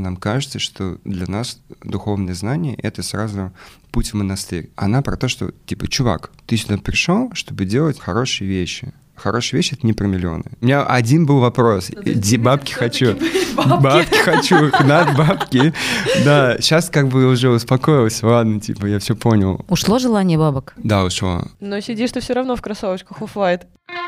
нам кажется, что для нас духовное знание — это сразу путь в монастырь. Она про то, что, типа, чувак, ты сюда пришел, чтобы делать хорошие вещи. Хорошие вещи — это не про миллионы. У меня один был вопрос. Бабки хочу. Бабки хочу. Надо бабки. Да, сейчас как бы уже успокоился. Ладно, типа, я все понял. Ушло желание бабок? Да, ушло. Но сидишь ты все равно в кроссовочках Off-White.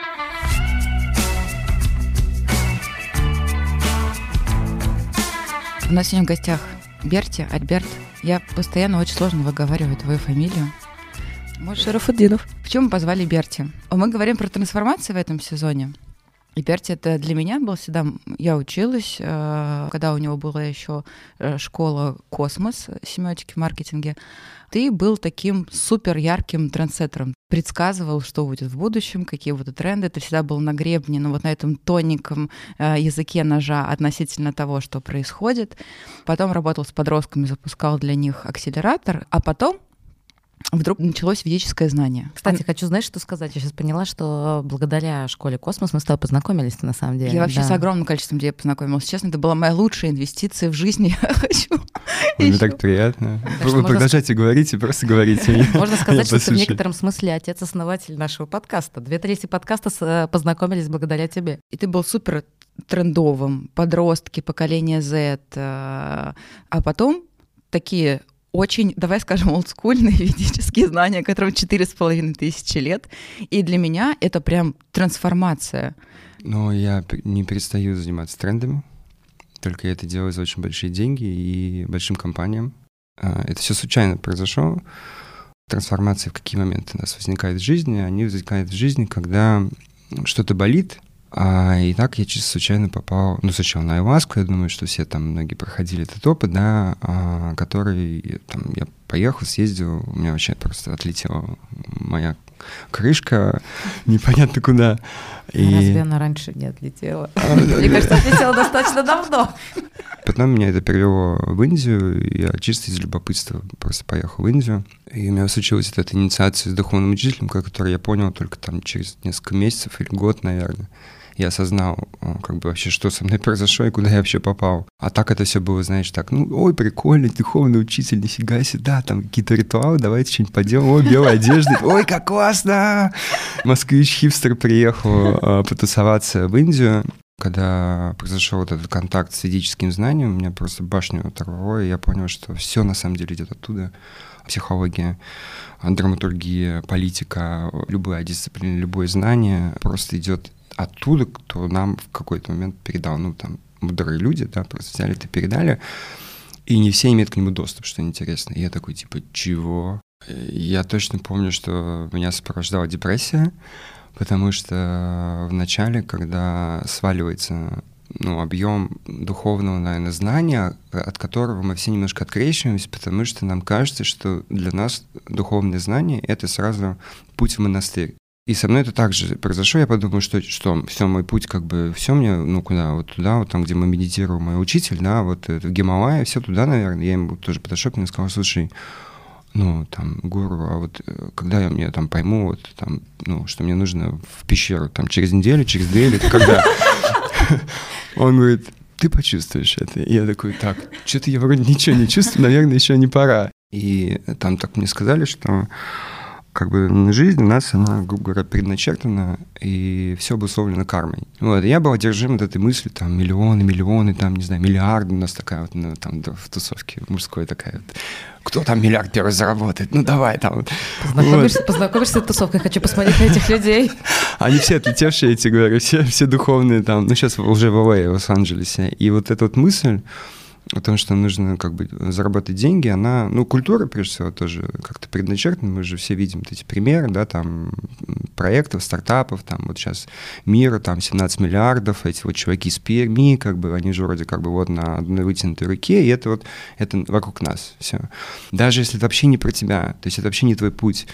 У нас сегодня в гостях Берти, Альберт. Я постоянно очень сложно выговариваю твою фамилию. Шарафутдинов. Почему мы позвали Берти? Мы говорим про трансформацию в этом сезоне. И Берти это для меня был всегда... Я училась, когда у него была еще школа «Космос» семиотики в маркетинге. Ты был таким супер ярким трендсеттером. Предсказывал, что будет в будущем, какие будут тренды. Ты всегда был на гребне, вот на этом тоненьком языке ножа относительно того, что происходит. Потом работал с подростками, запускал для них акселератор, а потом вдруг началось ведическое знание. Кстати, хочу, знаешь, что сказать? Я сейчас поняла, что благодаря школе «Космос» мы с тобой познакомились на самом деле. Я вообще с огромным количеством людей познакомилась. Честно, это была моя лучшая инвестиция в жизни. Я хочу. Мне так приятно. Вы продолжайте говорить и просто говорите. Можно сказать, что ты в некотором смысле отец-основатель нашего подкаста. 2/3 подкаста познакомились благодаря тебе. И ты был супер трендовым, подростки, поколение Z. А потом такие... очень, давай скажем, олдскульные ведические знания, которым 4500 лет. И для меня это прям трансформация. Но я не перестаю заниматься трендами. Только я это делаю за очень большие деньги и большим компаниям. Это все случайно произошло. Трансформации в какие моменты у нас возникают в жизни? Они возникают в жизни, когда что-то болит. И так я чисто случайно попал, сначала на айваску, я думаю, что все там, многие проходили этот опыт, да, который там, я поехал, съездил, у меня вообще просто отлетела моя крышка, непонятно куда. Разве она раньше не отлетела? Мне кажется, отлетела достаточно давно. Потом меня это привело в Индию, я чисто из любопытства просто поехал в Индию. И у меня случилась эта инициация с духовным учителем, которую я понял только там через несколько месяцев или год, наверное. Я осознал, как бы вообще, что со мной произошло и куда я вообще попал. А так это все было, знаешь, так, ой, прикольно, духовный учитель, нифига себе, да, там какие-то ритуалы, давайте что-нибудь поделаем, ой, белая одежда, ой, как классно! Москвич-хипстер приехал потусоваться в Индию. Когда произошел вот этот контакт с ведическим знанием, у меня просто башню оторвало, и я понял, что все на самом деле идет оттуда. Психология, драматургия, политика, любая дисциплина, любое знание просто идет оттуда, кто нам в какой-то момент передал. Там мудрые люди, да, просто взяли это, передали, и не все имеют к нему доступ, что интересно. И я такой, типа, чего? Я точно помню, что меня сопровождала депрессия, потому что в начале, когда сваливается объем духовного, наверное, знания, от которого мы все немножко открещиваемся, потому что нам кажется, что для нас духовное знание — это сразу путь в монастырь. И со мной это также произошло. Я подумал, что все, мой путь все мне, куда, вот туда, вот там, где мы медитируем, мой учитель, да, вот в Гималайи, все туда, наверное. Я ему тоже подошел к нему и сказал, слушай, гуру, а вот когда я мне там пойму, вот там, что мне нужно в пещеру, там, через неделю, через 2 или когда? Он говорит, ты почувствуешь это. И я такой, так, что-то я вроде ничего не чувствую, наверное, еще не пора. И там так мне сказали, что как бы жизнь у нас, она, грубо говоря, предначертана, и все обусловлено кармой. Вот, и я был одержим этой мыслью, там, миллионы, там, не знаю, миллиарды у нас такая вот, там, в тусовке мужской такая вот. Кто там миллиард первый заработает? Давай там. Познакомишься с тусовкой, хочу посмотреть на этих людей. Они все отлетевшие, я тебе говорю, все духовные там, сейчас уже в Л.А., в Лос-Анджелесе. И вот эта вот мысль о том, что нужно как бы заработать деньги, она, культура, прежде всего, тоже как-то предначертана. Мы же все видим эти примеры, да, там, проектов, стартапов, там, вот сейчас мира, там, 17 миллиардов, эти вот чуваки с Перми, как бы, они же вроде как бы вот на одной вытянутой руке, и это вокруг нас все. Даже если это вообще не про тебя, то есть это вообще не твой путь,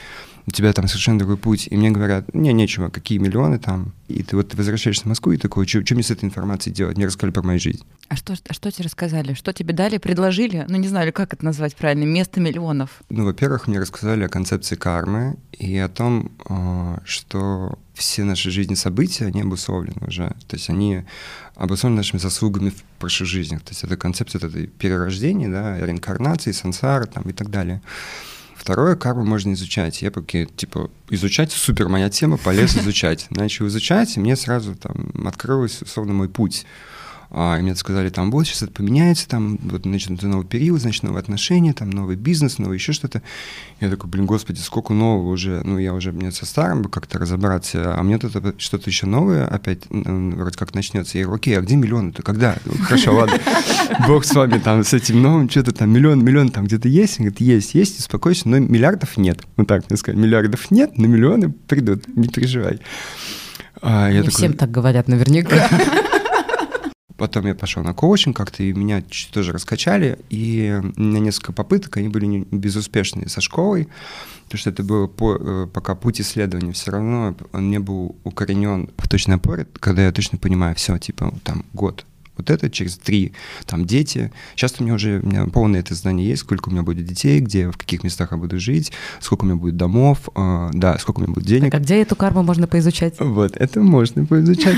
у тебя там совершенно другой путь. И мне говорят, нечего, какие миллионы там. И ты возвращаешься в Москву и такой, что мне с этой информацией делать? Мне рассказали про мою жизнь. А что тебе рассказали? Что тебе дали, предложили? Не знаю, как это назвать правильно, место миллионов. Во-первых, мне рассказали о концепции кармы и о том, что все наши жизни события, они обусловлены уже. То есть они обусловлены нашими заслугами в прошлых жизнях. То есть это концепция перерождения, да, реинкарнации, сансары там, и так далее. Второе, карму можно изучать. Я пока, изучать, супер моя тема, полез изучать. Начал изучать, и мне сразу там открылся, условно, мой путь. И мне сказали, вот сейчас это поменяется, начнется новый период, значит, новые отношения, новый бизнес, новый еще что-то. Я такой, господи, сколько нового уже, я уже мне со старым бы как-то разобраться, а мне тут что-то еще новое опять вроде как начнется. Я говорю, окей, а где миллионы-то, когда? Хорошо, ладно, бог с вами, с этим новым, что-то миллион там где-то есть? Он говорит, есть, успокойся, но миллиардов нет. Вот так мне сказали, миллиардов нет, но миллионы придут, не переживай. Всем так говорят наверняка. Потом я пошел на коучинг как-то, и меня чуть тоже раскачали, и у меня несколько попыток, они были безуспешные со школой, потому что это было пока путь исследования, все равно он не был укоренен в точной опоре, когда я точно понимаю, все, год. Вот это через 3, дети. Сейчас у меня полное это знание есть, сколько у меня будет детей, где, в каких местах я буду жить, сколько у меня будет домов, сколько у меня будет денег. А где эту карму можно поизучать? Вот, это можно поизучать.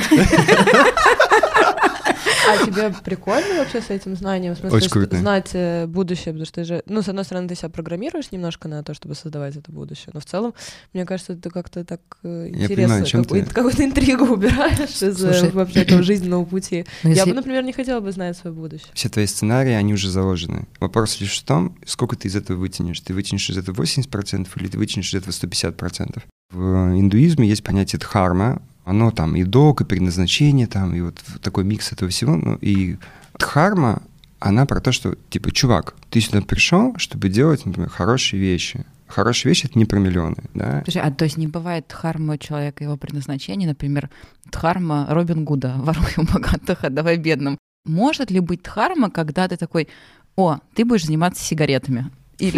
А тебе прикольно вообще с этим знанием? В смысле, очень круто. Знать будущее, потому что ты же, с одной стороны, ты себя программируешь немножко на то, чтобы создавать это будущее, но в целом, мне кажется, это как-то так интересно, какую-то интригу убираешь из вообще этого жизненного пути. Я бы, например, не хотела бы знать свое будущее. Все твои сценарии, они уже заложены. Вопрос лишь в том, сколько ты из этого вытянешь. Ты вытянешь из этого 80% или ты вытянешь из этого 150%. В индуизме есть понятие дхарма. Оно и долг, и предназначение, и вот такой микс этого всего. И дхарма, она про то, что, чувак, ты сюда пришел, чтобы делать, например, хорошие вещи. Хорошие вещи — это не про миллионы, да? Слушай, то есть не бывает дхарма у человека, его предназначение, например, дхарма Робин Гуда, воруй у богатых, отдавай бедным. Может ли быть дхарма, когда ты такой, ты будешь заниматься сигаретами? Или...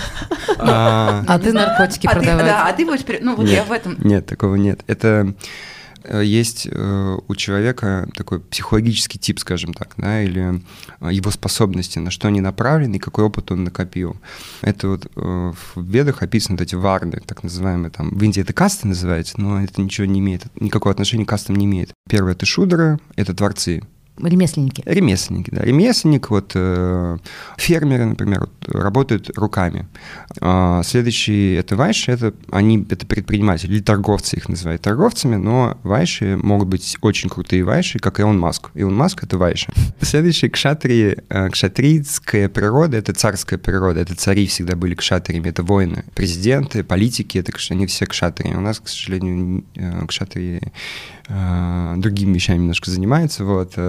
А ты наркотики продавать. Да, а ты будешь... я в этом... Нет, такого нет. Это есть у человека такой психологический тип, скажем так, да, или его способности, на что они направлены и какой опыт он накопил. Это в ведах описаны эти варны, так называемые, в Индии это касты называется, но это ничего не имеет, никакого отношения к кастам не имеет. Первое — это шудры, это творцы. Ремесленники. Ремесленники, да. Ремесленник, фермеры, например, работают руками. Следующие — это вайши, это предприниматели, или торговцы их называют торговцами, но вайши могут быть очень крутые вайши, как Илон Маск. Илон Маск — это вайши. Следующие — кшатрии. Кшатрийская природа — это царская природа, это цари всегда были кшатриями, это воины. Президенты, политики — они все кшатрии. У нас, к сожалению, кшатрии другими вещами немножко занимаются,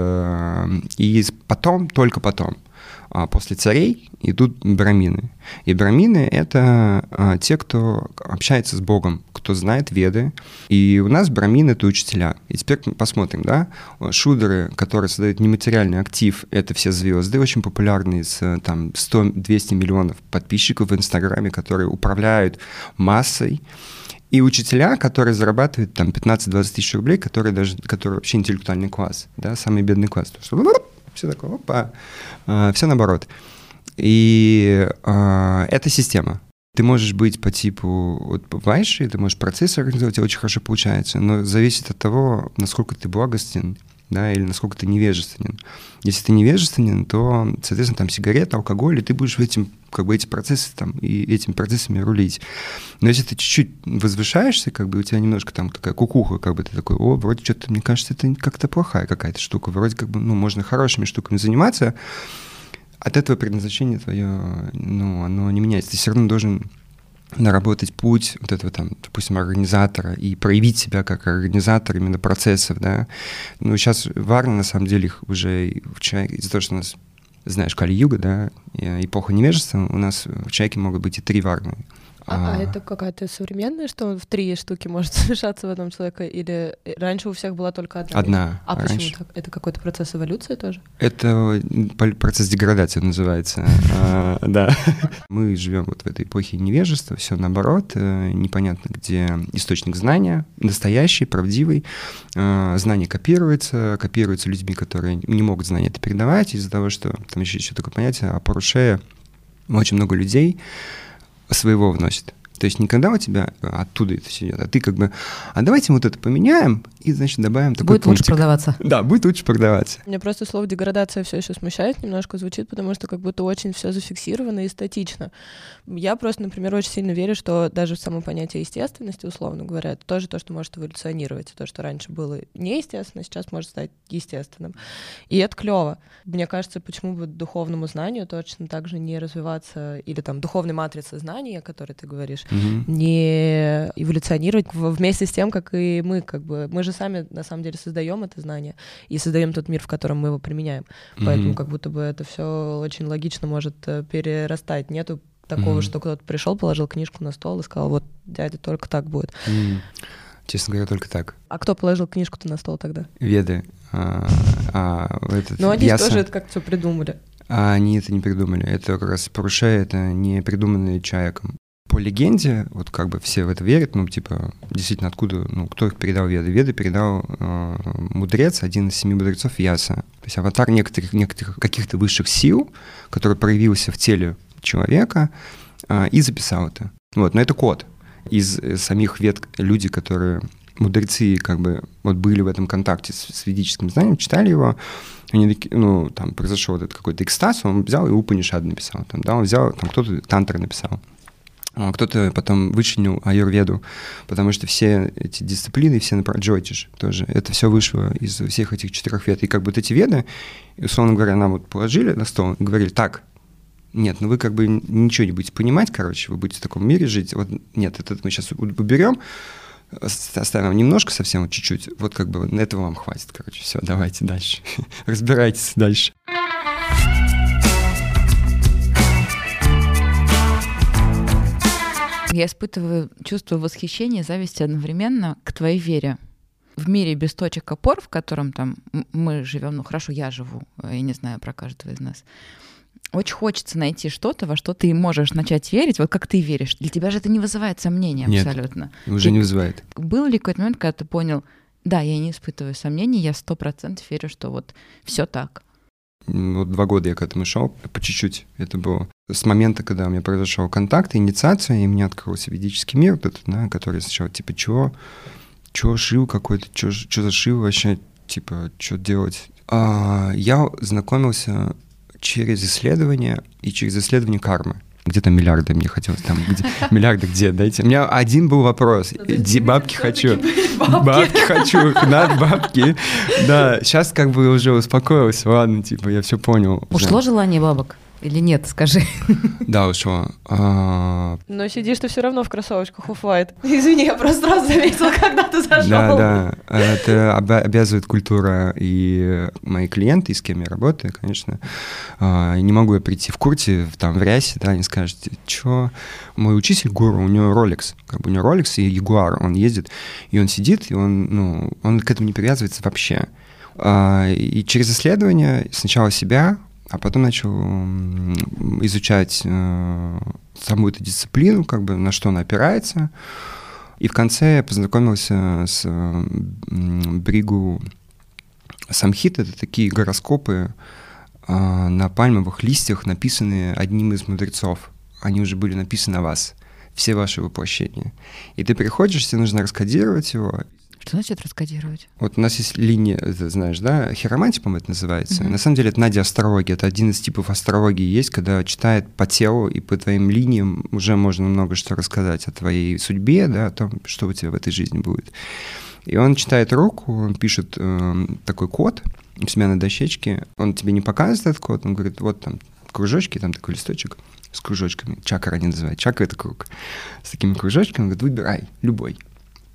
и только потом, после царей идут брамины. И брамины — это те, кто общается с Богом, кто знает веды. И у нас брамины — это учителя. И теперь посмотрим, да, шудры, которые создают нематериальный актив, это все звезды, очень популярные, с 100-200 миллионов подписчиков в Инстаграме, которые управляют массой. И учителя, которые зарабатывают 15-20 тысяч рублей, которые вообще интеллектуальный класс, да, самый бедный класс. Все такое, все наоборот. И это система. Ты можешь быть по типу вайши, ты можешь процесс организовать, тебе очень хорошо получается, но зависит от того, насколько ты благостен, да, или насколько ты невежественен. Если ты невежественен, то, соответственно, сигарета, алкоголь, и ты будешь эти процессы и этими процессами рулить. Но если ты чуть-чуть возвышаешься, у тебя немножко такая кукуха, ты такой, вроде что-то, мне кажется, это как-то плохая какая-то штука, вроде можно хорошими штуками заниматься, от этого предназначение твое, оно не меняется. Ты все равно должен наработать путь этого, допустим, организатора и проявить себя как организатор именно процессов, да. Сейчас варны, на самом деле, их уже из-за того, что у нас, знаешь, Кали-юга, да, эпоха невежества, у нас в человеке могут быть и 3 варны. А это какая-то современная, что он в 3 штуки может смешаться в одном человеке? Или раньше у всех была только одна? Одна. А раньше. Почему так? Это какой-то процесс эволюции тоже? Это процесс деградации называется. Да. Мы живем вот в этой эпохе невежества, все наоборот, непонятно, где источник знания, настоящий, правдивый. Знание копируется людьми, которые не могут знания это передавать, из-за того, что там еще такое понятие апорушея. Очень много людей своего вносит. То есть никогда у тебя оттуда это все идет, а ты как бы, а давайте мы вот это поменяем и, значит, добавим такой будет пунктик. Лучше продаваться. Да, будет лучше продаваться. Меня просто слово деградация все еще смущает, немножко звучит, потому что как будто очень все зафиксировано и статично. Я просто, например, очень сильно верю, что даже само понятие естественности, условно говоря, это тоже то, что может эволюционировать. То, что раньше было неестественно, сейчас может стать естественным. И это клево. Мне кажется, почему бы духовному знанию точно так же не развиваться, или там духовной матрице знаний, о которой ты говоришь, не эволюционировать вместе с тем, как и мы, как бы, мы же сами на самом деле создаем это знание и создаем тот мир, в котором мы его применяем. Поэтому как будто бы это все очень логично может перерастать. Нету такого, что кто-то пришел, положил книжку на стол и сказал, вот, дядя, только так будет. Честно говоря, только так. А кто положил книжку-то на стол тогда? Веды. Но они тоже это как-то все придумали. Они это не придумали. Это как раз Порушея, это не придуманное человеком. По легенде, вот как бы все в это верят, ну, типа, действительно, откуда, ну, кто их передал Веды? Веды передал мудрец, один из 7 мудрецов Яса. То есть аватар некоторых каких-то высших сил, который проявился в теле человека и записал это. Вот, но это код. Из самих вед люди, которые мудрецы, как бы, вот были в этом контакте с ведическим знанием, читали его, они такие, ну, там произошел вот этот какой-то экстаз, он взял и Упанишад написал, там, да, он взял, там, кто-то Тантра написал. Кто-то потом вычленил аюрведу, потому что все эти дисциплины, все джотиш тоже, это все вышло из всех этих 4 вед. И как бы вот эти веды, условно говоря, нам вот положили на стол и говорили, так, нет, ну вы как бы ничего не будете понимать, короче, вы будете в таком мире жить, вот нет, это мы сейчас уберем, оставим немножко, совсем вот чуть-чуть, вот как бы на этого вам хватит, короче, все, давайте дальше, разбирайтесь дальше. Я испытываю чувство восхищения и зависти одновременно к твоей вере. В мире без точек опор, в котором там мы живем, ну хорошо, я живу, я не знаю про каждого из нас, очень хочется найти что-то, во что ты можешь начать верить, вот как ты веришь. Для тебя же это не вызывает сомнений абсолютно. Нет, уже не вызывает. Был ли какой-то момент, когда ты понял, да, я не испытываю сомнений, я 100% верю, что вот все так? Вот 2 года я к этому шел, по чуть-чуть. Это было с момента, когда у меня произошел контакт, инициация, и мне открылся ведический мир, этот, да, который сначала, типа, чего шил какой-то, что за шил вообще, типа, что делать. Я знакомился через исследования и через исследование кармы. Где-то миллиарды мне хотелось, там, миллиарды где, дайте. У меня один был вопрос. Бабки хочу. Бабки хочу, надо бабки. Да, сейчас как бы уже успокоился, ладно, типа, я все понял. Ушло желание бабок? Или нет, скажи. Да, ушло. Но сидишь ты все равно в кроссовочках Off-White. Извини, я просто сразу заметила, когда ты зашел. Да, это обязывает культура и мои клиенты, и с кем я работаю, конечно. Не могу я прийти в курте, там, в рясе, да, они скажут, что мой учитель гуру, у него Rolex, как бы у него Rolex и Jaguar, он ездит, и он сидит, и он к этому не привязывается вообще. И через исследование сначала себя, а потом начал изучать саму эту дисциплину, как бы на что она опирается. И в конце я познакомился с Бригу Самхит. Это такие гороскопы на пальмовых листьях, написанные одним из мудрецов. Они уже были написаны о вас, все ваши воплощения. И ты приходишь, тебе нужно раскодировать его. Что значит раскодировать? Вот у нас есть линия, ты знаешь, да, хиромантия, по-моему, это называется. На самом деле это надиастрология, это один из типов астрологии есть, когда читает по телу и по твоим линиям уже можно много что рассказать о твоей судьбе, да, о том, что у тебя в этой жизни будет. И он читает руку, он пишет такой код у себя на дощечке, он тебе не показывает этот код, он говорит, вот там кружочки, там такой листочек с кружочками, чакра они называют, чакра — это круг, с такими кружочками, он говорит, выбирай, любой.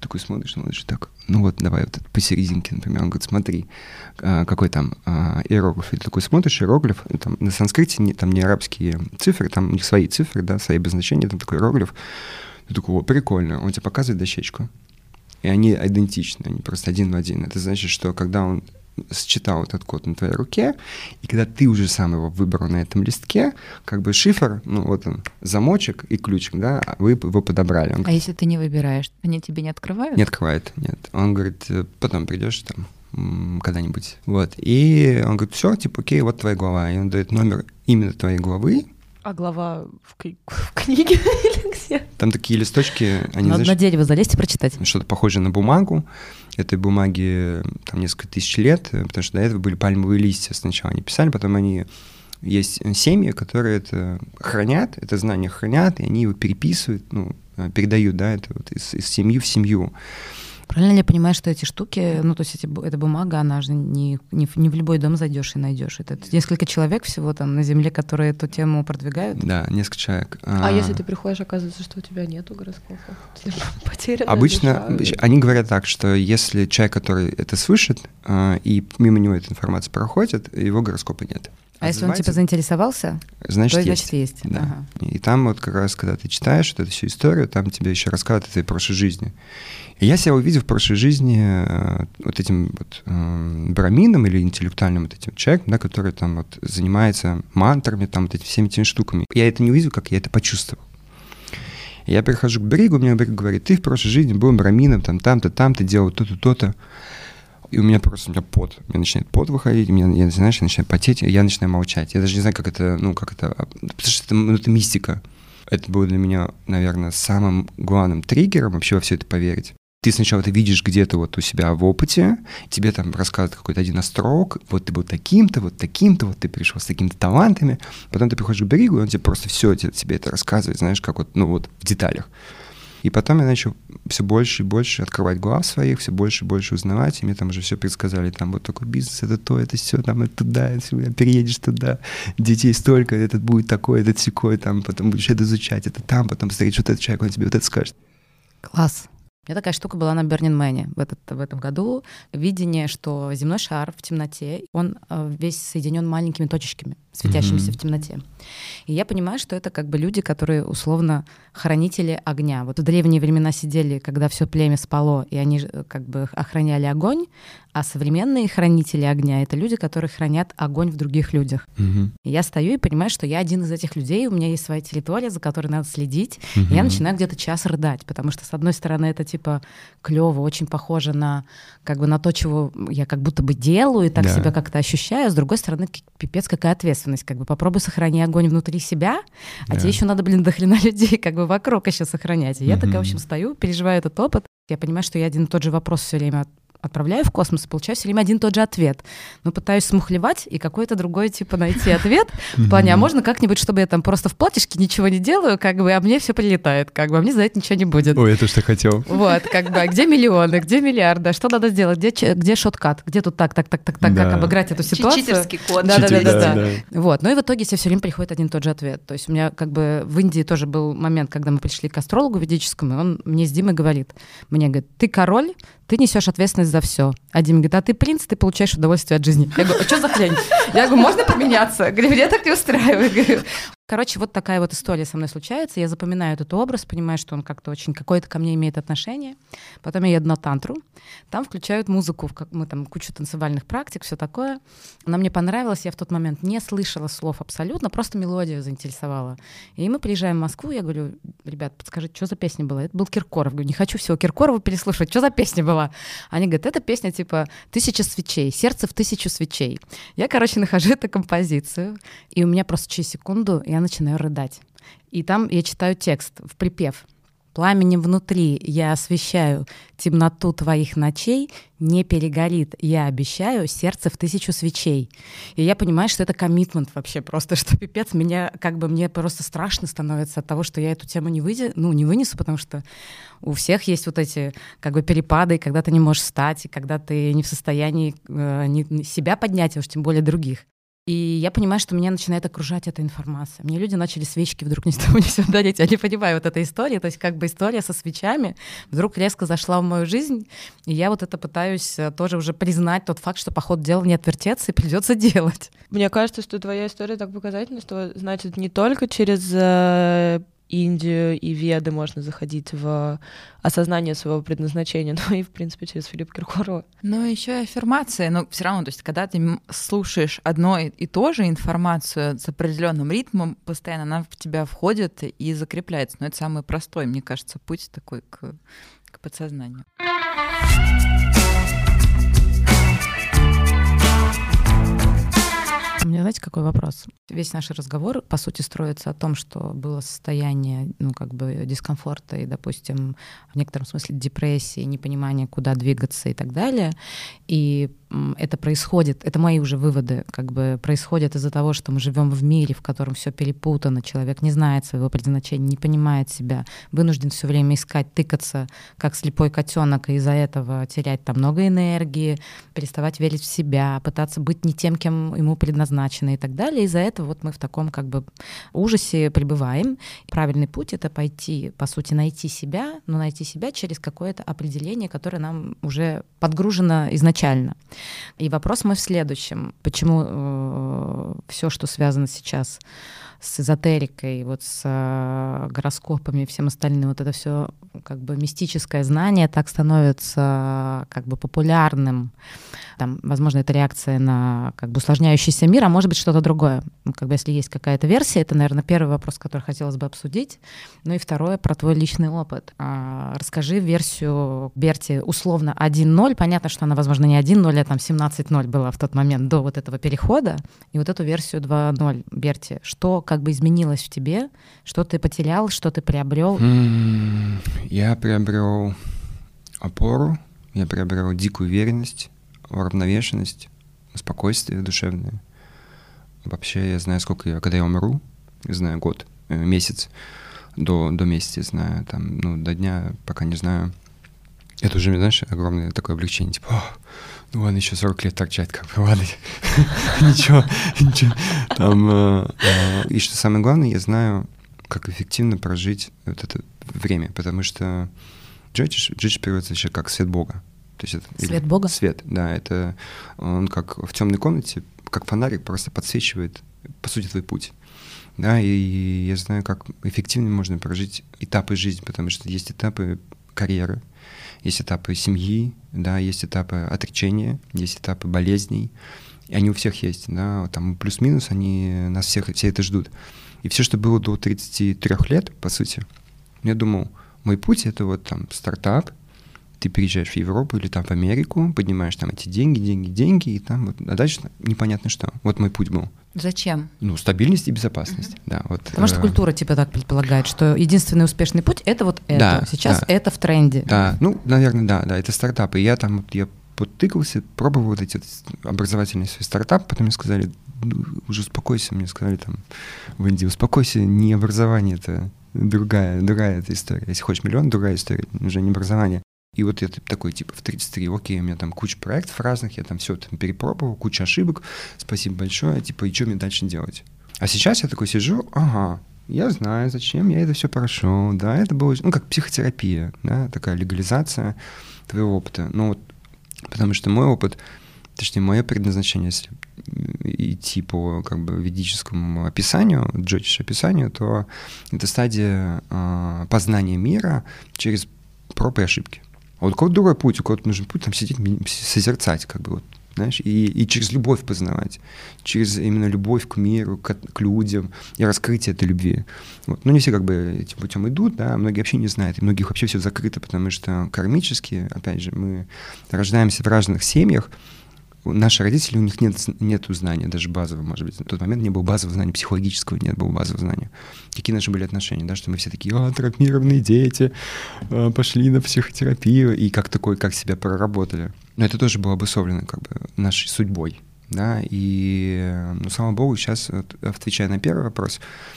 такой смотришь, так, ну вот, давай вот посерединке, например. Он говорит, смотри, какой там иероглиф. И ты такой смотришь, иероглиф, там на санскрите там не арабские цифры, там у них свои цифры, да, свои обозначения, там такой иероглиф. Ты такой, о, прикольно. Он тебе показывает дощечку. И они идентичны, они просто один в один. Это значит, что когда он считал этот код на твоей руке, и когда ты уже сам его выбрал на этом листке, как бы шифр, ну вот он, замочек и ключик, да, вы его подобрали. Он говорит, если ты не выбираешь, они тебе не открывают? Не открывает, нет. Он говорит, потом придешь там когда-нибудь. Вот. И он говорит, все, типа, окей, вот твоя глава. И он дает номер именно твоей главы. А глава в книге или где? Там такие листочки, они, Надо на дерево залезть и прочитать. Что-то похожее на бумагу. Этой бумаге там несколько тысяч лет, потому что до этого были пальмовые листья. Сначала они писали, потом они... Есть семьи, которые это хранят, это знание хранят, и они его переписывают, ну, передают, да, это вот из семьи в семью. Правильно ли я понимаю, что эти штуки, ну, то есть эта бумага, она же не в любой дом зайдешь и найдешь. Это несколько человек всего там на Земле, которые эту тему продвигают? Да, несколько человек. А если ты приходишь, оказывается, что у тебя нету гороскопа? Потерянная Обычно душа. они говорят так, что если человек, который это слышит, и мимо него эта информация проходит, его гороскопа нет. А если он типа заинтересовался, значит, то значит есть. Да. Ага. И там вот как раз, когда ты читаешь вот эту всю историю, там тебе еще рассказывают о твоей прошлой жизни. И я себя увидел в прошлой жизни вот этим вот брамином или интеллектуальным вот этим человеком, да, который там вот занимается мантрами, там вот этими всеми этими штуками. Я это не увидел, как я это почувствовал. И я прихожу к Бригу, мне Бриг говорит, ты в прошлой жизни был брамином, там-то, делал то-то, то-то. И у меня пот. У меня начинает пот выходить, я начинаю потеть, я начинаю молчать. Я даже не знаю, как это, потому что это мистика. Это было для меня, наверное, самым главным триггером вообще во все это поверить. Ты сначала это видишь где-то вот у себя в опыте, тебе там рассказывают какой-то один острог, вот ты был таким-то, вот ты пришел с такими-то талантами, потом ты приходишь к Бригу, и он тебе просто все тебе это рассказывает, знаешь, как вот, ну вот в деталях. И потом я начал все больше и больше открывать глаз своих, все больше и больше узнавать, и мне там уже все предсказали, там вот такой бизнес, это то, это все, там это туда, переедешь туда, детей столько, этот будет такой, этот сякой, там потом будешь это изучать, это там, потом встретишь вот этот человек, он тебе вот это скажет. Класс. У меня такая штука была на Burning Man в этом году. Видение, что земной шар в темноте, он весь соединен маленькими точечками, светящимися в темноте. И я понимаю, что это как бы люди, которые условно хранители огня. Вот в древние времена сидели, когда все племя спало, и они как бы охраняли огонь, а современные хранители огня — это люди, которые хранят огонь в других людях. И я стою и понимаю, что я один из этих людей, у меня есть своя территория, за которой надо следить, и я начинаю где-то час рыдать, потому что, с одной стороны, это типа клево, очень похоже на как бы на то, чего я как будто бы делаю, и так себя как-то ощущаю, с другой стороны, пипец, какая ответственность, как бы попробуй сохрани огонь внутри себя, а тебе еще надо, до хрена людей как бы вокруг еще сохранять. И я такая, в общем, стою, переживаю этот опыт, я понимаю, что я один и тот же вопрос все время отправляю в космос и получаю все время один и тот же ответ. Но пытаюсь смухлевать и какой-то другой, типа, найти ответ в плане, а можно как-нибудь, чтобы я там просто в платьишке ничего не делаю, как бы, а мне все прилетает, как бы, а мне за это ничего не будет. Ой, это что хотел. Вот, как бы, а где миллионы, где миллиарды, что надо сделать, где шоткат, где тут так, как обыграть эту ситуацию. Читерский код. Да. Вот, ну и в итоге все время приходит один и тот же ответ. То есть у меня как бы в Индии тоже был момент, когда мы пришли к астрологу ведическому, и он мне с Димой говорит, ты король, ты несешь ответственность за все. А Дима говорит, а ты принц, ты получаешь удовольствие от жизни. Я говорю, а что за хрень? Я говорю, можно поменяться? Говорю, меня так не устраивает. Короче, вот такая вот история со мной случается. Я запоминаю этот образ, понимаю, что он как-то очень какое-то ко мне имеет отношение. Потом я еду на тантру. Там включают музыку, мы там кучу танцевальных практик, все такое. Она мне понравилась, я в тот момент не слышала слов абсолютно, просто мелодию заинтересовала. И мы приезжаем в Москву, я говорю, ребят, подскажите, что за песня была? Это был Киркоров. Говорю, не хочу всего Киркорова переслушивать, что за песня была? Они говорят, это песня типа «1000 свечей», «Сердце в 1000 свечей». Я, нахожу эту композицию, и у меня просто через секунду я начинаю рыдать. И там я читаю текст в припев. «Пламенем внутри я освещаю темноту твоих ночей, не перегорит, я обещаю, сердце в 1000 свечей». И я понимаю, что это коммитмент вообще просто, что пипец, мне просто страшно становится от того, что я эту тему не вынесу, потому что у всех есть вот эти перепады, когда ты не можешь встать, и когда ты не в состоянии себя поднять, а уж тем более других. И я понимаю, что меня начинает окружать эта информация. Мне люди начали свечки вдруг ни с того ни с сего дарить. Я не понимаю вот этой истории. То есть как бы история со свечами вдруг резко зашла в мою жизнь. И я вот это пытаюсь тоже уже признать тот факт, что по ходу дела не отвертеться и придется делать. Мне кажется, что твоя история так показательна, что, значит, не только через Индию и Веды можно заходить в осознание своего предназначения, но и, в принципе, через Филиппа Киркорова. Ну, еще и аффирмация. Но все равно, то есть, когда ты слушаешь одно и то же информацию с определенным ритмом, постоянно она в тебя входит и закрепляется. Но это самый простой, мне кажется, путь такой к подсознанию. У меня, знаете, какой вопрос? Весь наш разговор, по сути, строится о том, что было состояние, дискомфорта и, допустим, в некотором смысле депрессии, непонимания, куда двигаться и так далее. И это происходит, это мои уже выводы, происходит из-за того, что мы живем в мире, в котором все перепутано, человек не знает своего предназначения, не понимает себя, вынужден все время искать, тыкаться, как слепой котенок, и из-за этого терять там много энергии, переставать верить в себя, пытаться быть не тем, кем ему предназначено и так далее. Из-за этого вот мы в таком ужасе пребываем. Правильный путь — это пойти, по сути, найти себя, но найти себя через какое-то определение, которое нам уже подгружено изначально. И вопрос мой в следующем. Почему все, что связано сейчас с эзотерикой, вот с гороскопами и всем остальным, вот это все мистическое знание так становится популярным. Там, возможно, это реакция на усложняющийся мир, а может быть что-то другое. Если есть какая-то версия, это, наверное, первый вопрос, который хотелось бы обсудить. Ну и второе, про твой личный опыт. Расскажи версию Берти условно 1.0. Понятно, что она, возможно, не 1.0, а там 17.0 была в тот момент до вот этого перехода. И вот эту версию 2.0 Берти. Что изменилось в тебе? Что ты потерял, что ты приобрел? Я приобрел опору, я приобрел дикую уверенность, уравновешенность, спокойствие душевное. Вообще я знаю, когда я умру, я знаю год, месяц, до месяца знаю, до дня пока не знаю. Это уже, знаешь, огромное такое облегчение, ну ладно, еще 40 лет торчать, ладно, ничего. И что самое главное, я знаю, как эффективно прожить вот это время, потому что джидж переводится еще как свет Бога. То есть это, свет Бога? Свет, да, это он как в темной комнате, как фонарик просто подсвечивает, по сути, твой путь. Да, и я знаю, как эффективно можно прожить этапы жизни, потому что есть этапы карьеры, есть этапы семьи, да, есть этапы отречения, есть этапы болезней. И они у всех есть, да, там плюс-минус, они нас все это ждут. И все, что было до 33 лет, по сути, я думал, мой путь — это вот там стартап, ты переезжаешь в Европу или там в Америку, поднимаешь там эти деньги, и там вот, а дальше непонятно что. Вот мой путь был. Зачем? Стабильность и безопасность. Да, вот, потому что культура так предполагает, что единственный успешный путь — это вот это. Да, сейчас да. Это в тренде. Да, наверное, да, это стартап. И я подтыкался, пробовал вот эти образовательные свои стартапы, потом мне сказали, уже успокойся, мне сказали там в Индии, успокойся, не образование, это другая эта история. Если хочешь миллион, другая история, уже не образование. И вот я такой, в 33, окей, у меня там куча проектов разных, я там все перепробовал, куча ошибок, спасибо большое, и что мне дальше делать? А сейчас я такой сижу, я знаю, зачем я это все прошел, да, это было, как психотерапия, да, такая легализация твоего опыта, потому что мой опыт, точнее, мое предназначение, если идти по ведическому описанию, джотиш-описанию, то это стадия познания мира через проб и ошибки. А вот у кого-то другой путь, у кого-то нужен путь сидеть, созерцать, знаешь, и через любовь познавать, через именно любовь к миру, к людям и раскрытие этой любви. Вот. Не все этим путем идут, да, многие вообще не знают, и многих вообще все закрыто, потому что кармически, опять же, мы рождаемся в разных семьях, наши родители, у них нет знания, даже базового, может быть. На тот момент не было базового знания психологического, нет было базового знания. Какие наши были отношения, да, что мы все такие, травмированные дети, пошли на психотерапию, и как себя проработали. Но это тоже было обусловлено нашей судьбой, да, и, слава богу, сейчас, отвечая на первый вопрос,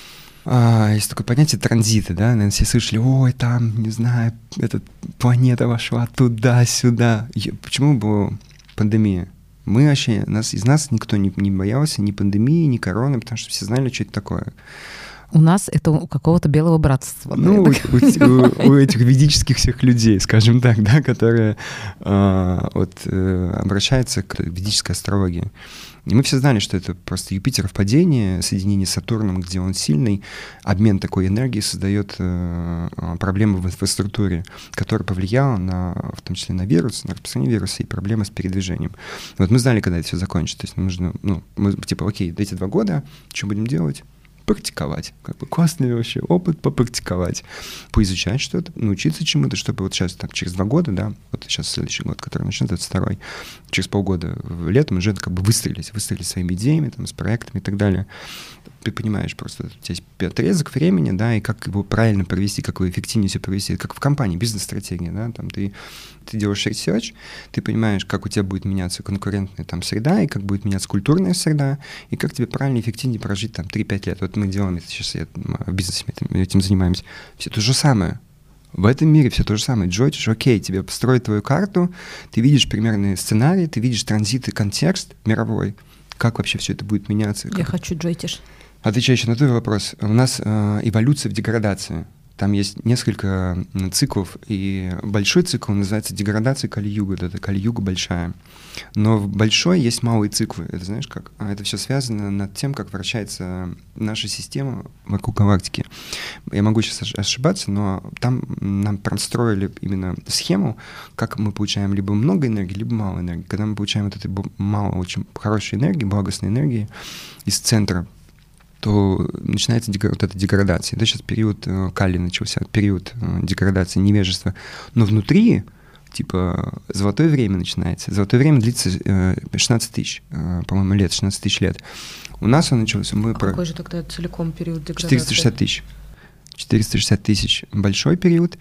есть такое понятие транзита, да, наверное, все слышали, там, не знаю, эта планета вошла туда-сюда. Почему была пандемия? Мы вообще, из нас никто не боялся ни пандемии, ни короны, потому что все знали, что это такое. У нас это у какого-то белого братства. Ну, у этих ведических всех людей, скажем так, да, которые обращаются к ведической астрологии. И мы все знали, что это просто Юпитер в падении, соединение с Сатурном, где он сильный, обмен такой энергии создает проблемы в инфраструктуре, которая повлияла в том числе на вирус, на распространение вируса и проблемы с передвижением. Вот мы знали, когда это все закончится. То есть нам нужно, мы типа, окей, эти 2 года, что будем делать? Практиковать. Как бы классный вообще опыт попрактиковать. Поизучать что-то, научиться чему-то, чтобы вот сейчас, так, через 2 года, да, вот сейчас следующий год, который начнется, это 2-й, через полгода летом уже как бы выстрелить своими идеями, там, с проектами и так далее. Ты понимаешь просто, у тебя есть отрезок времени, да, и как его правильно провести, как его эффективнее все провести, как в компании, бизнес-стратегия, да, там ты делаешь research, ты понимаешь, как у тебя будет меняться конкурентная там среда, и как будет меняться культурная среда, и как тебе правильно и эффективнее прожить там 3-5 лет. Вот мы делаем это сейчас, в бизнесе этим занимаемся. Все то же самое. В этом мире все то же самое. Джойтиш, окей, тебе построить твою карту, ты видишь примерные сценарии, ты видишь транзит и контекст мировой, как вообще все это будет меняться. Я хочу Джойтиш. Отвечаю еще на твой вопрос. У нас эволюция в деградации. Там есть несколько циклов, и большой цикл называется деградация Кали-юга, это Кали-юга большая. Но в большой есть малые циклы, это знаешь как? Это все связано над тем, как вращается наша система вокруг галактики. Я могу сейчас ошибаться, но там нам простроили именно схему, как мы получаем либо много энергии, либо мало энергии. Когда мы получаем вот этой мало очень хорошей энергии, благостной энергии из центра, то начинается вот эта деградация. Это сейчас период Кали начался, период деградации невежества. Но внутри, типа, золотое время начинается. Золотое время длится 16 тысяч, по-моему, лет, 16 тысяч лет. У нас он начался... Какой же тогда целиком период деградации? 460 тысяч. 460 тысяч большой период,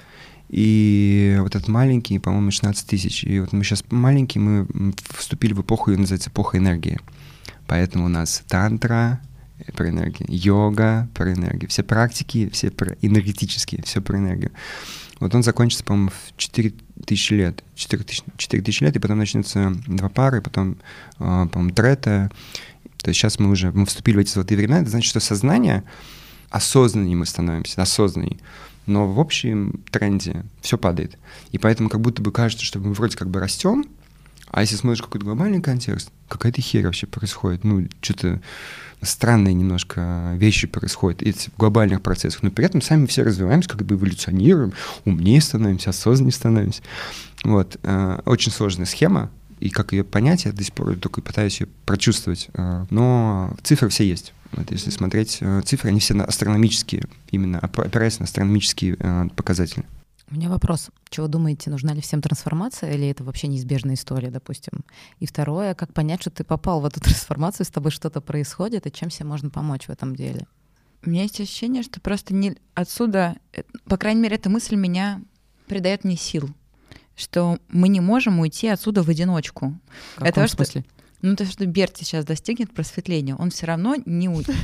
и вот этот маленький, по-моему, 16 тысяч. И вот мы сейчас маленькие, мы вступили в эпоху, ее называется эпоха энергии. Поэтому у нас тантра про энергию, йога про энергию, все практики, все про энергетические, все про энергию. Вот он закончится, по-моему, в 4000 лет. 4000 лет, и потом начнется двапары, потом, по-моему, трета. То есть сейчас мы вступили в эти золотые времена. Это значит, что сознание, осознаннее мы становимся, осознанней. Но в общем тренде все падает. И поэтому как будто бы кажется, что мы вроде как бы растем, а если смотришь какой-то глобальный контекст, какая-то херь вообще происходит. Ну, что-то странные немножко вещи происходят в глобальных процессах, но при этом сами все развиваемся, как бы эволюционируем, умнее становимся, осознаннее становимся. Вот. Очень сложная схема, и как ее понять, я до сих пор только пытаюсь ее прочувствовать. Но цифры все есть. Вот если смотреть цифры, они все астрономические, именно опираясь на астрономические показатели. У меня вопрос. Чего думаете, нужна ли всем трансформация, или это вообще неизбежная история, допустим? И второе, как понять, что ты попал в эту трансформацию, с тобой что-то происходит, и чем себе можно помочь в этом деле? У меня есть ощущение, что просто не отсюда, по крайней мере, эта мысль меня придает мне сил, что мы не можем уйти отсюда в одиночку. В каком смысле? То, что Берти сейчас достигнет просветления, он все равно не уйдет.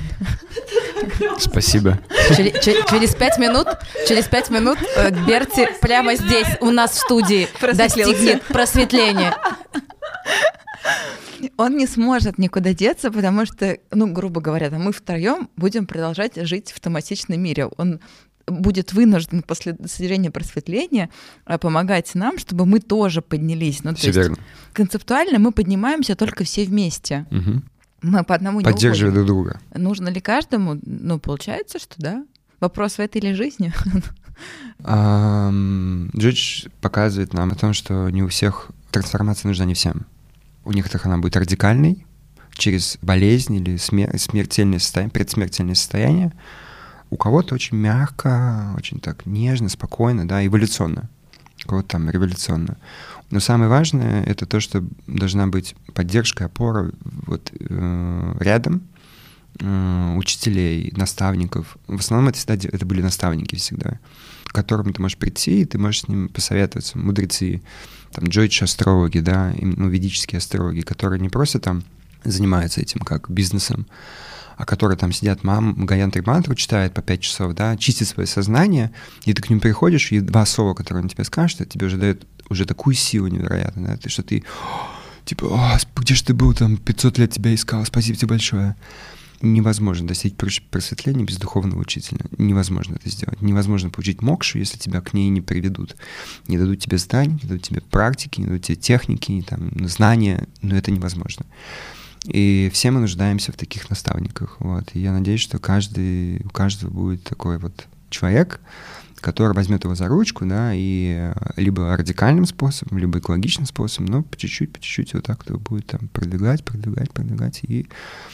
Спасибо. Через 5 минут Берти прямо здесь, у нас в студии, достигнет просветления. Он не сможет никуда деться, потому что, грубо говоря, мы втроем будем продолжать жить в томатичном мире. Он будет вынужден после достижения просветления помогать нам, чтобы мы тоже поднялись. Все верно. Концептуально мы поднимаемся только все вместе. Угу. Мы по одному не поддерживая друг друга. Нужно ли каждому? Получается, что да. Вопрос в этой ли жизни? Джойтиш показывает нам о том, что не у всех трансформация нужна не всем. У некоторых она будет радикальной, через болезнь или смертельное состояние, предсмертельное состояние. У кого-то очень мягко, очень так нежно, спокойно, да, эволюционно. У кого-то там революционно. Но самое важное — это то, что должна быть поддержка, опора рядом учителей, наставников. В основном это были наставники всегда, к которым ты можешь прийти, и ты можешь с ним посоветоваться. Мудрецы, там, джойтиш-астрологи, да, ведические астрологи, которые не просто там занимаются этим как бизнесом, а которые там сидят, Гаятры мантру читают по 5 часов, да, чистят свое сознание, и ты к ним приходишь, и 2 слова, которые он тебе скажет, это тебе уже дает уже такую силу невероятную, да, что ты типа, где же ты был, там 500 лет тебя искал, спасибо тебе большое. Невозможно достичь просветления без духовного учителя. Невозможно это сделать. Невозможно получить мокшу, если тебя к ней не приведут. Не дадут тебе знаний, не дадут тебе практики, не дадут тебе техники, там, знания, но это невозможно. И все мы нуждаемся в таких наставниках. Вот. И я надеюсь, что у каждого будет такой вот человек, который возьмет его за ручку, да, и либо радикальным способом, либо экологичным способом, но по чуть-чуть вот так вот будет там продвигать, и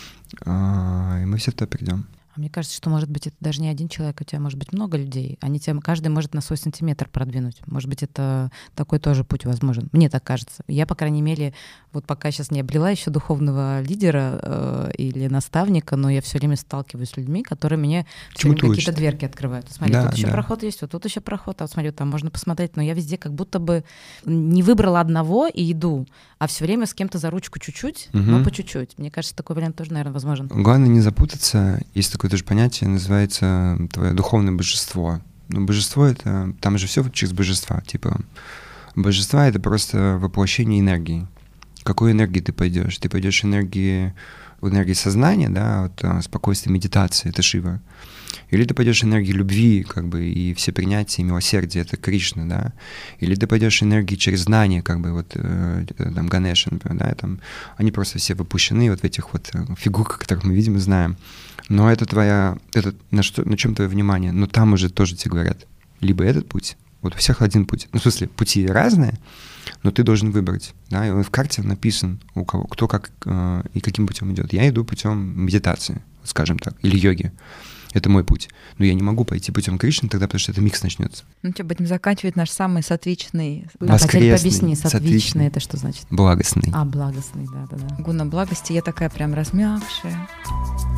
мы все туда придем. Мне кажется, что, может быть, это даже не один человек, у тебя может быть много людей. Каждый может на свой сантиметр продвинуть. Может быть, это такой тоже путь возможен. Мне так кажется. Я, по крайней мере, вот пока сейчас не обрела еще духовного лидера или наставника, но я все время сталкиваюсь с людьми, которые мне все время какие-то дверки открывают. Смотри, тут еще проход есть, вот тут еще проход, а вот смотри, там можно посмотреть, но я везде как будто бы не выбрала одного и иду, а все время с кем-то за ручку чуть-чуть, но по чуть-чуть. Мне кажется, такой вариант тоже, наверное, возможен. Главное не запутаться. Есть такое тоже понятие, называется твое духовное божество. Но божество — это... Там же все через божества. Типа, божества — это просто воплощение энергии. Какой энергии ты пойдешь? Ты пойдешь в энергии сознания, да, вот спокойствие, медитации — это Шива. Или ты пойдешь энергии любви, как бы, и всепринятия, и милосердия — это Кришна, да. Или ты пойдешь энергии через знание, как бы, вот, там, Ганеша, например, да, там, они просто все воплощены вот в этих вот фигурках, которых мы видим и знаем. Но это на чем твое внимание? Но там уже тоже тебе говорят, либо этот путь, вот у всех один путь. Ну, в смысле, пути разные, но ты должен выбрать, да, и в карте написан, у кого, кто как и каким путем идет. Я иду путем медитации, скажем так, или йоги. Это мой путь. Но я не могу пойти путем Кришны тогда, потому что это микс начнется. Ну, тебя будем заканчивать наш самый сатвичный... А теперь объясни, сатвичный — это что значит? Благостный. Благостный, да. Гуна благости, я такая прям размягшая.